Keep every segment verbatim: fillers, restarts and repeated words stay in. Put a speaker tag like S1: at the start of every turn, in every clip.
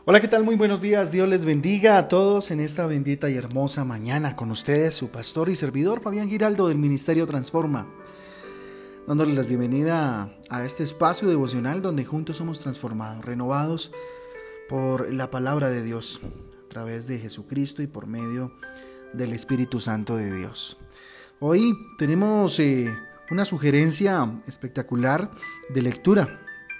S1: Hola, ¿qué tal? Muy buenos días. Dios les bendiga a todos en esta bendita y hermosa mañana. Con ustedes, su pastor y servidor Fabián Giraldo del Ministerio Transforma, dándoles la bienvenida a este espacio devocional donde juntos somos transformados, renovados por la palabra de Dios, a través de Jesucristo y por medio del Espíritu Santo de Dios. Hoy tenemos eh, una sugerencia espectacular de lectura.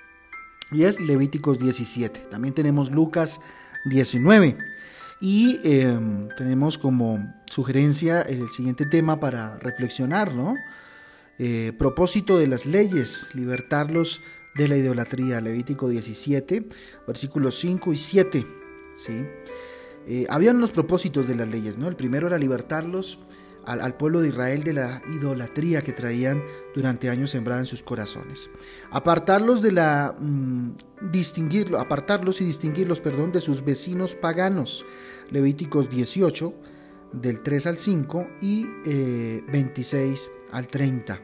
S1: Y es Levíticos diecisiete. También tenemos Lucas diecinueve. Y eh, tenemos como sugerencia el siguiente tema para reflexionar, ¿no? Eh, propósito de las leyes, libertarlos de la idolatría. Levítico diecisiete, versículos cinco y siete. ¿Sí? Eh, habían unos propósitos de las leyes, ¿no? El primero era libertarlos Al, al pueblo de Israel de la idolatría que traían durante años sembrada en sus corazones. Apartarlos de la mmm, distinguirlo, apartarlos y distinguirlos, perdón, de sus vecinos paganos. Levíticos dieciocho, del tres al cinco y eh, veintiséis al treinta.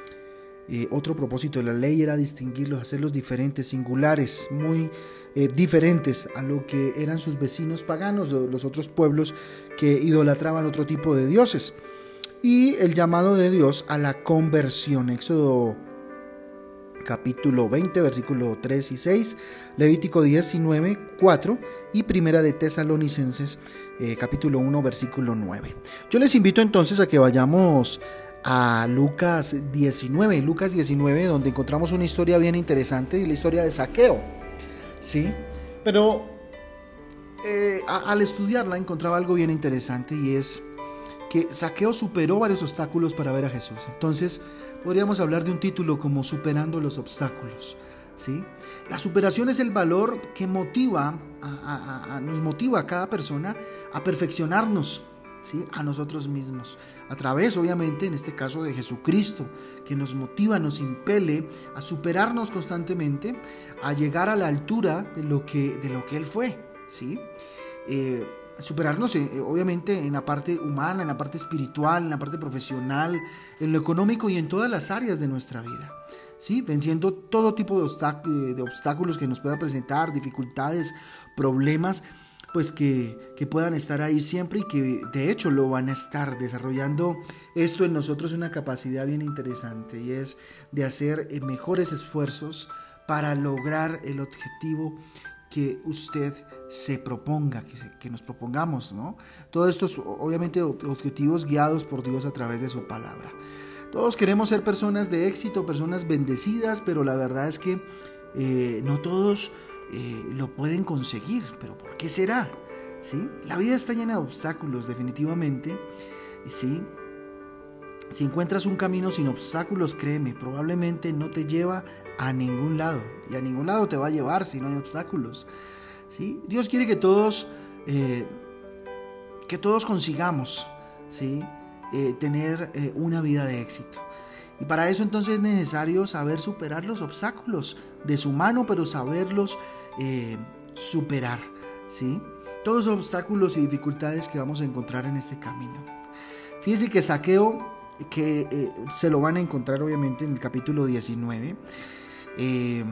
S1: Eh, otro propósito de la ley era distinguirlos, hacerlos diferentes, singulares, muy eh, diferentes a lo que eran sus vecinos paganos, los otros pueblos que idolatraban otro tipo de dioses. Y el llamado de Dios a la conversión, Éxodo capítulo veinte, versículo tres y seis, Levítico diecinueve, cuatro y Primera de Tesalonicenses, eh, capítulo uno, versículo nueve. Yo les invito entonces a que vayamos a Lucas diecinueve, Lucas diecinueve, donde encontramos una historia bien interesante, y la historia de Zaqueo, ¿sí? Pero eh, a, al estudiarla encontraba algo bien interesante, y es que Zaqueo superó varios obstáculos para ver a Jesús. Entonces podríamos hablar de un título como Superando los obstáculos, ¿sí? La superación es el valor que motiva a, a, a, nos motiva a cada persona a perfeccionarnos, ¿sí? A nosotros mismos, a través, obviamente, en este caso de Jesucristo, que nos motiva, nos impele a superarnos constantemente, a llegar a la altura de lo que, de lo que Él fue, ¿sí? Eh, superarnos, eh, obviamente, en la parte humana, en la parte espiritual, en la parte profesional, en lo económico y en todas las áreas de nuestra vida, ¿sí? Venciendo todo tipo de, obstác- de obstáculos que nos puedan presentar, dificultades, problemas, pues que, que puedan estar ahí siempre, y que de hecho lo van a estar desarrollando esto en nosotros, una capacidad bien interesante, y es de hacer mejores esfuerzos para lograr el objetivo que usted se proponga, que, se, que nos propongamos, ¿no? Todos estos, obviamente, objetivos guiados por Dios a través de su palabra. Todos queremos ser personas de éxito, personas bendecidas, pero la verdad es que eh, no todos Eh, lo pueden conseguir. ¿Pero por qué será? ¿Sí? La vida está llena de obstáculos, definitivamente, ¿sí? Si encuentras un camino sin obstáculos, créeme, probablemente no te lleva a ningún lado, y a ningún lado te va a llevar si no hay obstáculos, ¿sí? Dios quiere que todos eh, que todos consigamos, ¿sí? eh, tener eh, una vida de éxito. Y para eso entonces es necesario saber superar los obstáculos de su mano, pero saberlos eh, superar, ¿sí? Todos los obstáculos y dificultades que vamos a encontrar en este camino. Fíjense que Zaqueo, que eh, se lo van a encontrar obviamente en el capítulo diecinueve, eh,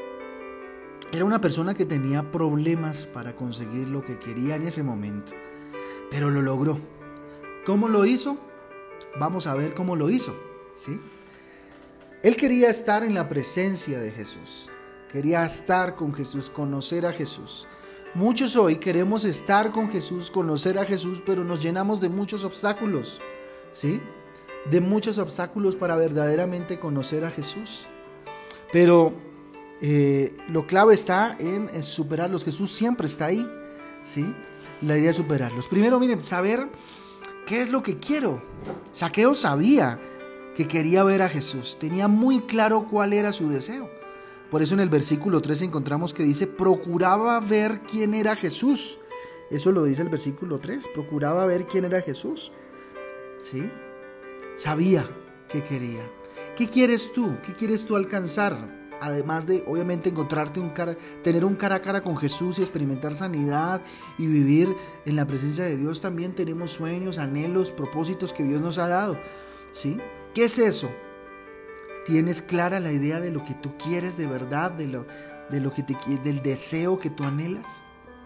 S1: era una persona que tenía problemas para conseguir lo que quería en ese momento, pero lo logró. ¿Cómo lo hizo? Vamos a ver cómo lo hizo, ¿sí? Él quería estar en la presencia de Jesús, quería estar con Jesús, conocer a Jesús. Muchos hoy queremos estar con Jesús, conocer a Jesús, pero nos llenamos de muchos obstáculos, ¿sí? De muchos obstáculos para verdaderamente conocer a Jesús. Pero eh, lo clave está en, en superarlos. Jesús siempre está ahí, ¿sí? La idea es superarlos. Primero, miren, saber qué es lo que quiero. Zaqueo sabía que quería ver a Jesús, tenía muy claro cuál era su deseo. Por eso en el versículo tres encontramos que dice: procuraba ver quién era Jesús. Eso lo dice el versículo tres, procuraba ver quién era Jesús, ¿sí? Sabía que quería. ¿Qué quieres tú? ¿Qué quieres tú alcanzar? Además de, obviamente, encontrarte un cara, tener un cara a cara con Jesús y experimentar sanidad y vivir en la presencia de Dios, también tenemos sueños, anhelos, propósitos que Dios nos ha dado, ¿sí? ¿Qué es eso? ¿Tienes clara la idea de lo que tú quieres de verdad, de lo, de lo que te, del deseo que tú anhelas?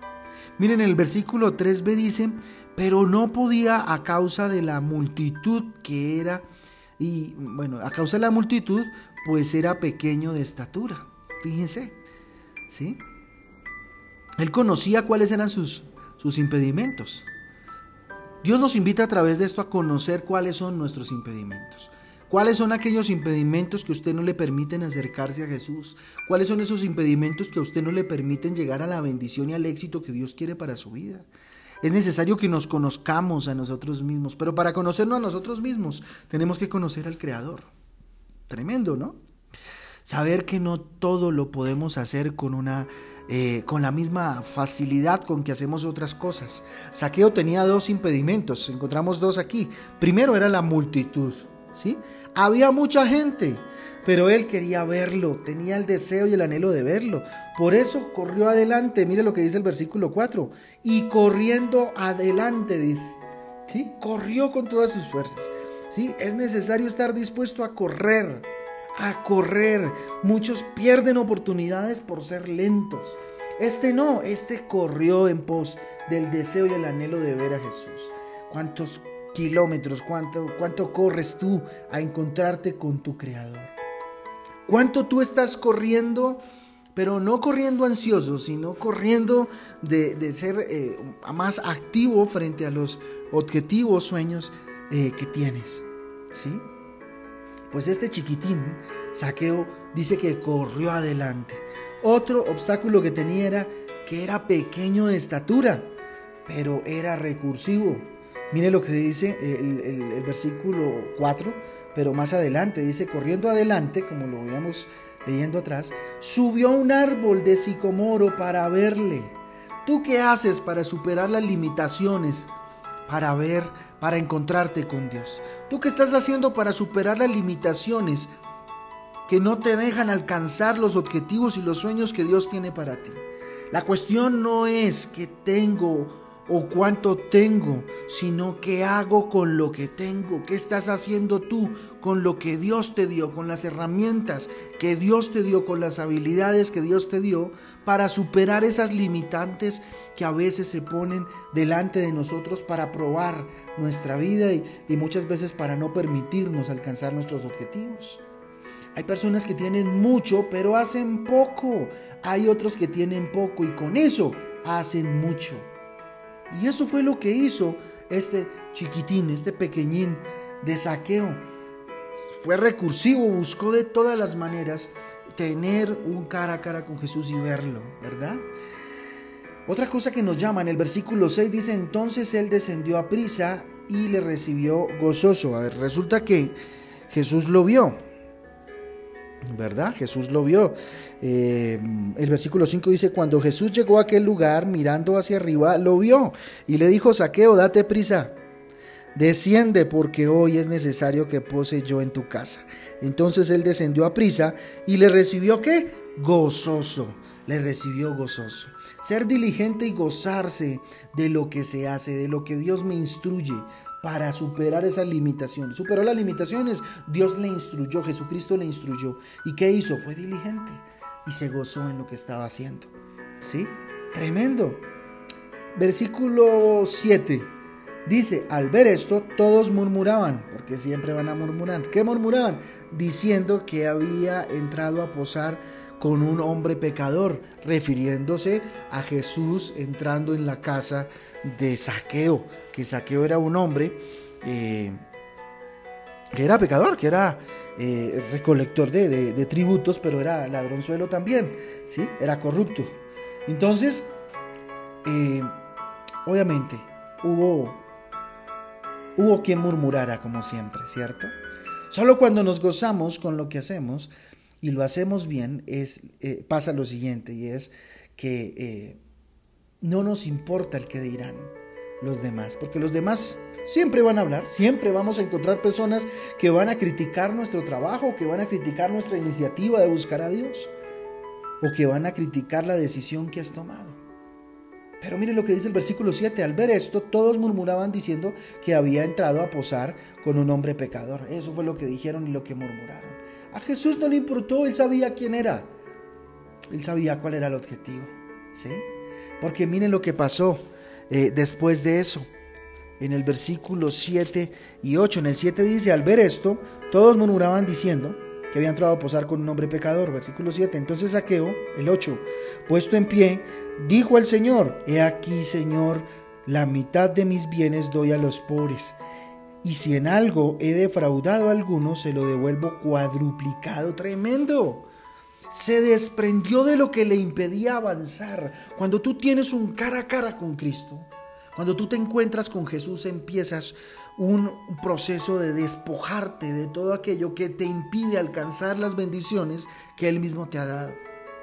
S1: Miren, el versículo tres b dice, pero no podía a causa de la multitud que era, y bueno, a causa de la multitud, pues era pequeño de estatura. Fíjense, ¿sí? Él conocía cuáles eran sus, sus impedimentos. Dios nos invita a través de esto a conocer cuáles son nuestros impedimentos. ¿Cuáles son aquellos impedimentos que a usted no le permiten acercarse a Jesús? ¿Cuáles son esos impedimentos que a usted no le permiten llegar a la bendición y al éxito que Dios quiere para su vida? Es necesario que nos conozcamos a nosotros mismos, pero para conocernos a nosotros mismos tenemos que conocer al Creador. Tremendo, ¿no? Saber que no todo lo podemos hacer con una eh, con la misma facilidad con que hacemos otras cosas. Zaqueo tenía dos impedimentos, encontramos dos aquí. Primero era la multitud, ¿sí? Había mucha gente, pero él quería verlo, tenía el deseo y el anhelo de verlo. Por eso corrió adelante. Mire lo que dice el versículo cuatro. Y corriendo adelante, dice, ¿sí? Corrió con todas sus fuerzas, ¿sí? Es necesario estar dispuesto a correr, a correr. Muchos pierden oportunidades por ser lentos. Este no, este corrió en pos del deseo y el anhelo de ver a Jesús. ¿Cuántos kilómetros, cuánto, cuánto corres tú a encontrarte con tu Creador? ¿Cuánto tú estás corriendo? Pero no corriendo ansioso, sino corriendo de, de ser eh, más activo frente a los objetivos, sueños eh, que tienes, ¿sí? Pues este chiquitín, Zaqueo, dice que corrió adelante. Otro obstáculo que tenía era que era pequeño de estatura, pero era recursivo. Mire lo que dice el, el, el versículo cuatro, pero más adelante dice, corriendo adelante, como lo veíamos leyendo atrás, subió a un árbol de sicomoro para verle. ¿Tú qué haces para superar las limitaciones? Para ver, para encontrarte con Dios. ¿Tú qué estás haciendo para superar las limitaciones que no te dejan alcanzar los objetivos y los sueños que Dios tiene para ti? La cuestión no es qué tengo o cuánto tengo, sino qué hago con lo que tengo. ¿Qué estás haciendo tú con lo que Dios te dio, con las herramientas que Dios te dio, con las habilidades que Dios te dio para superar esas limitantes que a veces se ponen delante de nosotros para probar nuestra vida y, y muchas veces para no permitirnos alcanzar nuestros objetivos? Hay personas que tienen mucho pero hacen poco. Hay otros que tienen poco y con eso hacen mucho. Y eso fue lo que hizo este chiquitín, este pequeñín de Zaqueo. Fue recursivo, buscó de todas las maneras tener un cara a cara con Jesús y verlo, ¿verdad? Otra cosa que nos llama en el versículo seis dice, entonces él descendió a prisa y le recibió gozoso. A ver, resulta que Jesús lo vio, ¿verdad? Jesús lo vio. Eh, el versículo cinco dice, cuando Jesús llegó a aquel lugar, mirando hacia arriba, lo vio y le dijo, Zaqueo, date prisa, desciende, porque hoy es necesario que pose yo en tu casa. Entonces él descendió a prisa y le recibió, ¿qué? Gozoso. Le recibió gozoso. Ser diligente y gozarse de lo que se hace, de lo que Dios me instruye para superar esas limitaciones. Superó las limitaciones, Dios le instruyó, Jesucristo le instruyó. ¿Y qué hizo? Fue diligente y se gozó en lo que estaba haciendo. ¿Sí? Tremendo. Versículo siete. Dice, al ver esto, todos murmuraban, porque siempre van a murmurar. ¿Qué murmuraban? Diciendo que había entrado a posar con un hombre pecador, refiriéndose a Jesús entrando en la casa de Zaqueo, que Zaqueo era un hombre eh, que era pecador, que era eh, recolector de, de, de tributos, pero era ladronzuelo también, ¿sí? Era corrupto. Entonces, eh, obviamente, hubo, hubo quien murmurara como siempre, ¿cierto? Solo cuando nos gozamos con lo que hacemos y lo hacemos bien, es, eh, pasa lo siguiente, y es que eh, no nos importa el que dirán los demás, porque los demás siempre van a hablar, siempre vamos a encontrar personas que van a criticar nuestro trabajo, que van a criticar nuestra iniciativa de buscar a Dios, o que van a criticar la decisión que has tomado. Pero mire lo que dice el versículo siete, al ver esto, todos murmuraban diciendo que había entrado a posar con un hombre pecador. Eso fue lo que dijeron y lo que murmuraron. A Jesús no le importó, él sabía quién era, él sabía cuál era el objetivo, ¿sí? Porque miren lo que pasó eh, después de eso. En el versículo siete y ocho, en el siete dice: al ver esto, todos murmuraban diciendo que había entrado a posar con un hombre pecador. Versículo siete, entonces Zaqueo, el ocho, puesto en pie, dijo al Señor: he aquí, Señor, la mitad de mis bienes doy a los pobres, y si en algo he defraudado a alguno, se lo devuelvo cuadruplicado. Tremendo. Se desprendió de lo que le impedía avanzar. Cuando tú tienes un cara a cara con Cristo, cuando tú te encuentras con Jesús, empiezas un proceso de despojarte de todo aquello que te impide alcanzar las bendiciones que Él mismo te ha dado.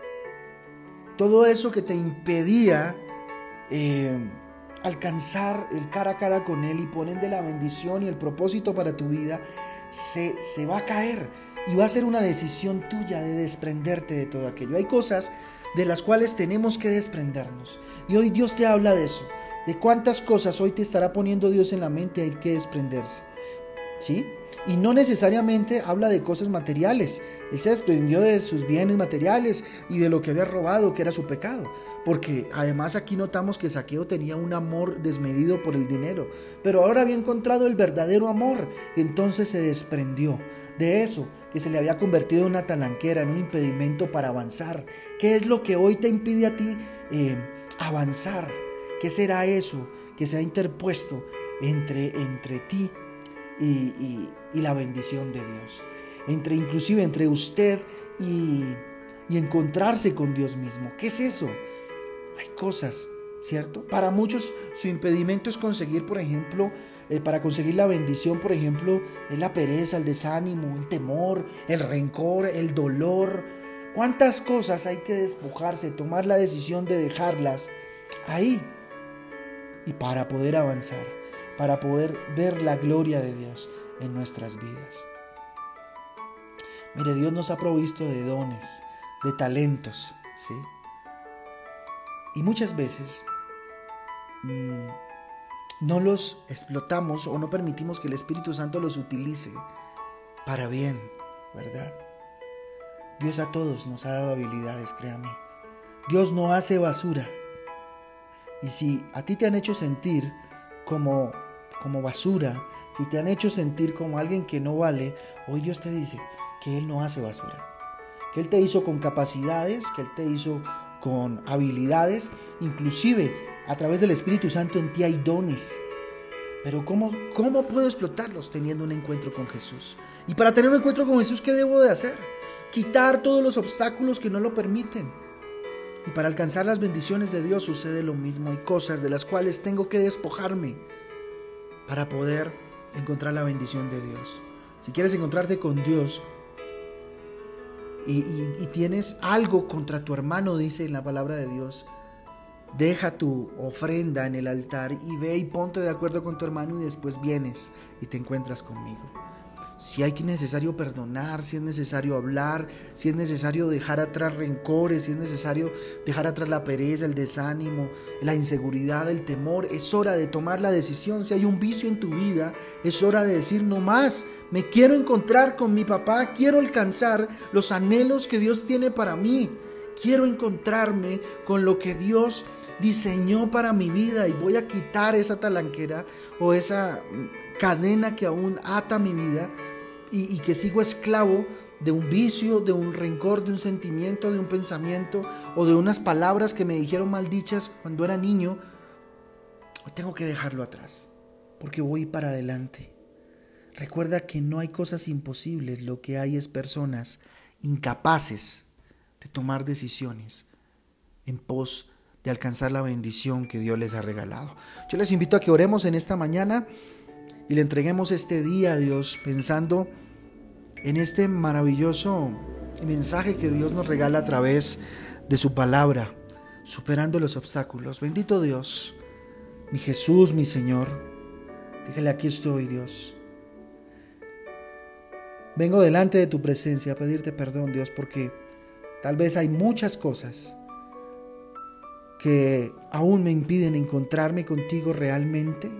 S1: Todo eso que te impedía eh, alcanzar el cara a cara con Él y ponen de la bendición y el propósito para tu vida, se, se va a caer y va a ser una decisión tuya de desprenderte de todo aquello. Hay cosas de las cuales tenemos que desprendernos y hoy Dios te habla de eso. De cuántas cosas hoy te estará poniendo Dios en la mente hay que desprenderse, ¿sí? Y no necesariamente habla de cosas materiales. Él se desprendió de sus bienes materiales y de lo que había robado, que era su pecado. Porque además aquí notamos que Zaqueo tenía un amor desmedido por el dinero. Pero ahora había encontrado el verdadero amor. Y entonces se desprendió de eso que se le había convertido en una talanquera, en un impedimento para avanzar. ¿Qué es lo que hoy te impide a ti eh, avanzar? ¿Qué será eso que se ha interpuesto entre, entre ti y, y, y la bendición de Dios? Entre, inclusive entre usted y, y encontrarse con Dios mismo. ¿Qué es eso? Hay cosas, ¿cierto? Para muchos su impedimento es conseguir, por ejemplo, eh, para conseguir la bendición, por ejemplo, es la pereza, el desánimo, el temor, el rencor, el dolor. ¿Cuántas cosas hay que despojarse, tomar la decisión de dejarlas ahí? Y para poder avanzar, para poder ver la gloria de Dios en nuestras vidas. Mire, Dios nos ha provisto de dones, de talentos, ¿sí? Y muchas veces mmm, no los explotamos o no permitimos que el Espíritu Santo los utilice para bien, ¿verdad? Dios a todos nos ha dado habilidades, créame. Dios no hace basura. Y si a ti te han hecho sentir como, como basura, si te han hecho sentir como alguien que no vale, hoy Dios te dice que Él no hace basura. Que Él te hizo con capacidades, que Él te hizo con habilidades, inclusive a través del Espíritu Santo en ti hay dones. Pero ¿cómo, cómo puedo explotarlos? Teniendo un encuentro con Jesús. Y para tener un encuentro con Jesús, ¿qué debo de hacer? Quitar todos los obstáculos que no lo permiten. Y para alcanzar las bendiciones de Dios sucede lo mismo. Hay cosas de las cuales tengo que despojarme para poder encontrar la bendición de Dios. Si quieres encontrarte con Dios y, y, y tienes algo contra tu hermano, dice en la palabra de Dios, deja tu ofrenda en el altar y ve y ponte de acuerdo con tu hermano y después vienes y te encuentras conmigo. Si hay que necesario perdonar, si es necesario hablar, si es necesario dejar atrás rencores, si es necesario dejar atrás la pereza, el desánimo, la inseguridad, el temor, es hora de tomar la decisión. Si hay un vicio en tu vida, es hora de decir no más. Me quiero encontrar con mi papá, quiero alcanzar los anhelos que Dios tiene para mí. Quiero encontrarme con lo que Dios diseñó para mi vida y voy a quitar esa talanquera o esa cadena que aún ata mi vida y, y que sigo esclavo de un vicio, de un rencor, de un sentimiento, de un pensamiento o de unas palabras que me dijeron maldichas cuando era niño. Tengo que dejarlo atrás porque voy para adelante. Recuerda que no hay cosas imposibles, lo que hay es personas incapaces de tomar decisiones en pos de alcanzar la bendición que Dios les ha regalado. Yo les invito a que oremos en esta mañana y le entreguemos este día a Dios pensando en este maravilloso mensaje que Dios nos regala a través de su palabra, superando los obstáculos. Bendito Dios, mi Jesús, mi Señor, dígale: aquí estoy, Dios. Vengo delante de tu presencia a pedirte perdón, Dios, porque tal vez hay muchas cosas que aún me impiden encontrarme contigo realmente.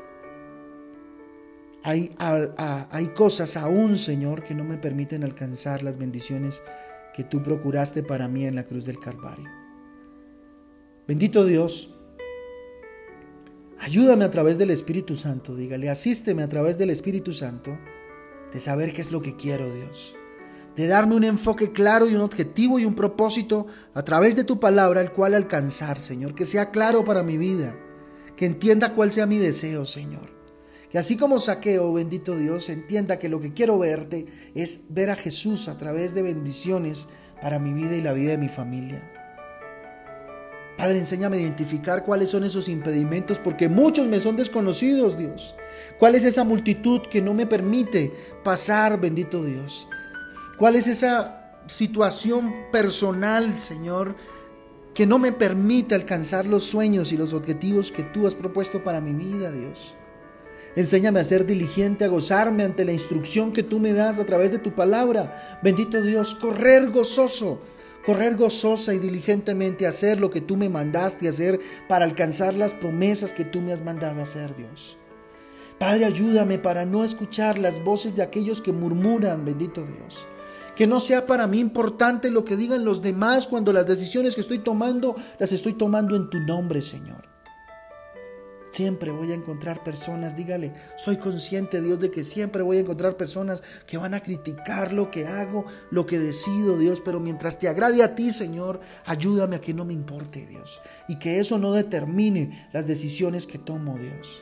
S1: Hay, a, a, hay cosas aún, Señor, que no me permiten alcanzar las bendiciones que tú procuraste para mí en la cruz del Calvario. Bendito Dios, ayúdame a través del Espíritu Santo, dígale, asísteme a través del Espíritu Santo, de saber qué es lo que quiero, Dios, de darme un enfoque claro y un objetivo y un propósito a través de tu palabra, el cual alcanzar, Señor, que sea claro para mi vida, que entienda cuál sea mi deseo, Señor, que así como Zaqueo, bendito Dios, entienda que lo que quiero verte es ver a Jesús a través de bendiciones para mi vida y la vida de mi familia. Padre, enséñame a identificar cuáles son esos impedimentos, porque muchos me son desconocidos, Dios. ¿Cuál es esa multitud que no me permite pasar, bendito Dios? ¿Cuál es esa situación personal, Señor, que no me permite alcanzar los sueños y los objetivos que tú has propuesto para mi vida, Dios? Enséñame a ser diligente, a gozarme ante la instrucción que tú me das a través de tu palabra. Bendito Dios, correr gozoso. Correr gozosa y diligentemente a hacer lo que tú me mandaste a hacer para alcanzar las promesas que tú me has mandado a hacer, Dios. Padre, ayúdame para no escuchar las voces de aquellos que murmuran, bendito Dios. Que no sea para mí importante lo que digan los demás cuando las decisiones que estoy tomando, las estoy tomando en tu nombre, Señor. Siempre voy a encontrar personas, dígale, soy consciente, Dios, de que siempre voy a encontrar personas que van a criticar lo que hago, lo que decido, Dios, pero mientras te agrade a ti, Señor, ayúdame a que no me importe, Dios, y que eso no determine las decisiones que tomo, Dios.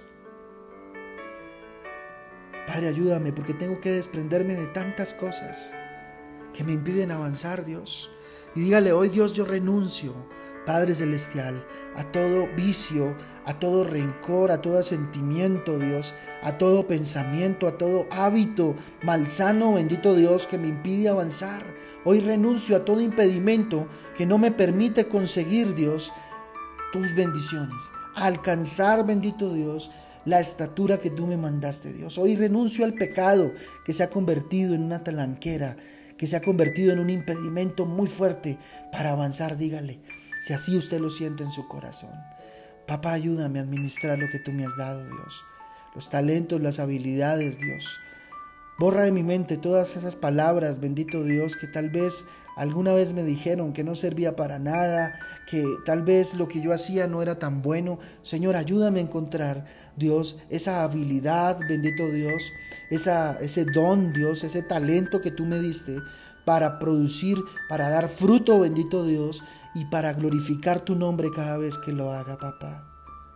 S1: Padre, ayúdame porque tengo que desprenderme de tantas cosas que me impiden avanzar, Dios. Y dígale, hoy, Dios, yo renuncio, Padre Celestial, a todo vicio, a todo rencor, a todo sentimiento, Dios, a todo pensamiento, a todo hábito malsano, bendito Dios, que me impide avanzar. Hoy renuncio a todo impedimento que no me permite conseguir, Dios, tus bendiciones, a alcanzar, bendito Dios, la estatura que tú me mandaste, Dios. Hoy renuncio al pecado que se ha convertido en una talanquera, que se ha convertido en un impedimento muy fuerte para avanzar, dígale. Si así usted lo siente en su corazón. Papá, ayúdame a administrar lo que tú me has dado, Dios. Los talentos, las habilidades, Dios. Borra de mi mente todas esas palabras, bendito Dios, que tal vez alguna vez me dijeron que no servía para nada, que tal vez lo que yo hacía no era tan bueno. Señor, ayúdame a encontrar, Dios, esa habilidad, bendito Dios, esa, ese don, Dios, ese talento que tú me diste para producir, para dar fruto, bendito Dios, y para glorificar tu nombre cada vez que lo haga, papá.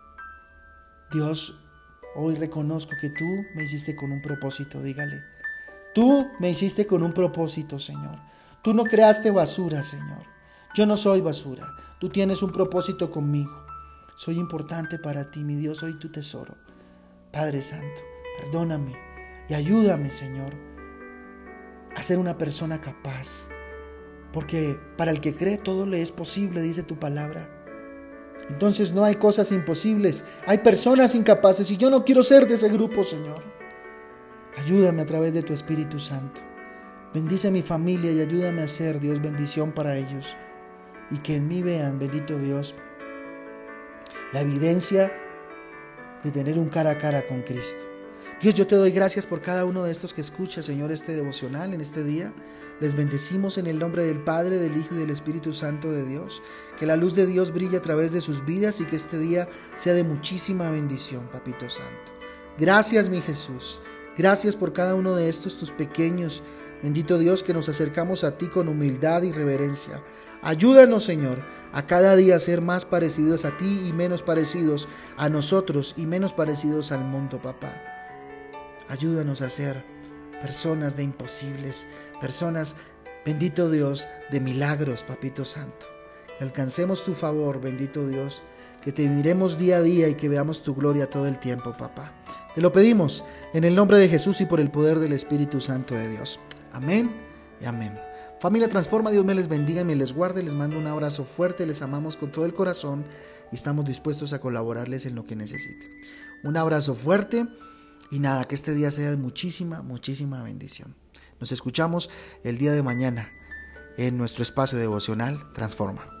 S1: Dios, hoy reconozco que tú me hiciste con un propósito, dígale. Tú me hiciste con un propósito, Señor. Tú no creaste basura, Señor. Yo no soy basura. Tú tienes un propósito conmigo. Soy importante para ti, mi Dios, soy tu tesoro. Padre Santo, perdóname y ayúdame, Señor, a ser una persona capaz. Porque para el que cree todo le es posible, dice tu palabra. Entonces no hay cosas imposibles, hay personas incapaces y yo no quiero ser de ese grupo, Señor. Ayúdame a través de tu Espíritu Santo. Bendice a mi familia y ayúdame a ser, Dios, bendición para ellos. Y que en mí vean, bendito Dios, la evidencia de tener un cara a cara con Cristo. Dios, yo te doy gracias por cada uno de estos que escucha, Señor, este devocional en este día. Les bendecimos en el nombre del Padre, del Hijo y del Espíritu Santo de Dios. Que la luz de Dios brille a través de sus vidas y que este día sea de muchísima bendición, Papito Santo. Gracias, mi Jesús. Gracias por cada uno de estos tus pequeños. Bendito Dios, que nos acercamos a ti con humildad y reverencia. Ayúdanos, Señor, a cada día ser más parecidos a ti y menos parecidos a nosotros y menos parecidos al mundo, papá. Ayúdanos a ser personas de imposibles, personas, bendito Dios, de milagros, Papito Santo. Que alcancemos tu favor, bendito Dios, que te miremos día a día y que veamos tu gloria todo el tiempo, papá. Te lo pedimos en el nombre de Jesús y por el poder del Espíritu Santo de Dios. Amén y amén. Familia Transforma, Dios me les bendiga y me les guarde. Les mando un abrazo fuerte, les amamos con todo el corazón y estamos dispuestos a colaborarles en lo que necesiten. Un abrazo fuerte. Y nada, que este día sea de muchísima, muchísima bendición. Nos escuchamos el día de mañana en nuestro espacio devocional Transforma.